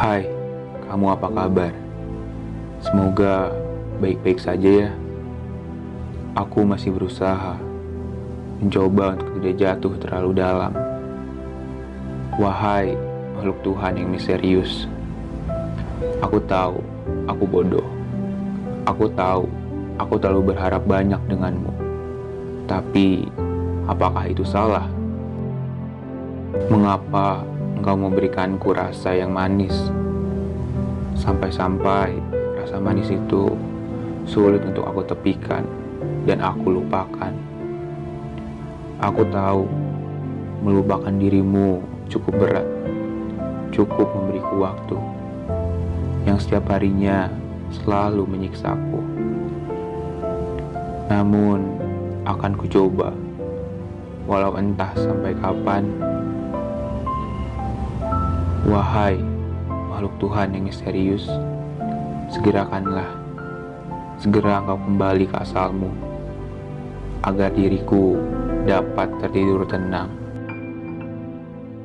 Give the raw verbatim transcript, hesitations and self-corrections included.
Hai, kamu apa kabar? Semoga baik-baik saja ya. Aku masih berusaha mencoba untuk tidak jatuh terlalu dalam. Wahai makhluk Tuhan yang misterius, aku tahu aku bodoh. Aku tahu aku terlalu berharap banyak denganmu. Tapi, apakah itu salah? Mengapa engkau memberikanku rasa yang manis? Sampai-sampai rasa manis itu sulit untuk aku tepikan dan aku lupakan. Aku tahu melupakan dirimu cukup berat, cukup memberiku waktu yang setiap harinya selalu menyiksaku. Namun, akan kucoba, walau entah sampai kapan. Wahai makhluk Tuhan yang misterius, segerakanlah, segera engkau kembali ke asalmu, agar diriku dapat tertidur tenang.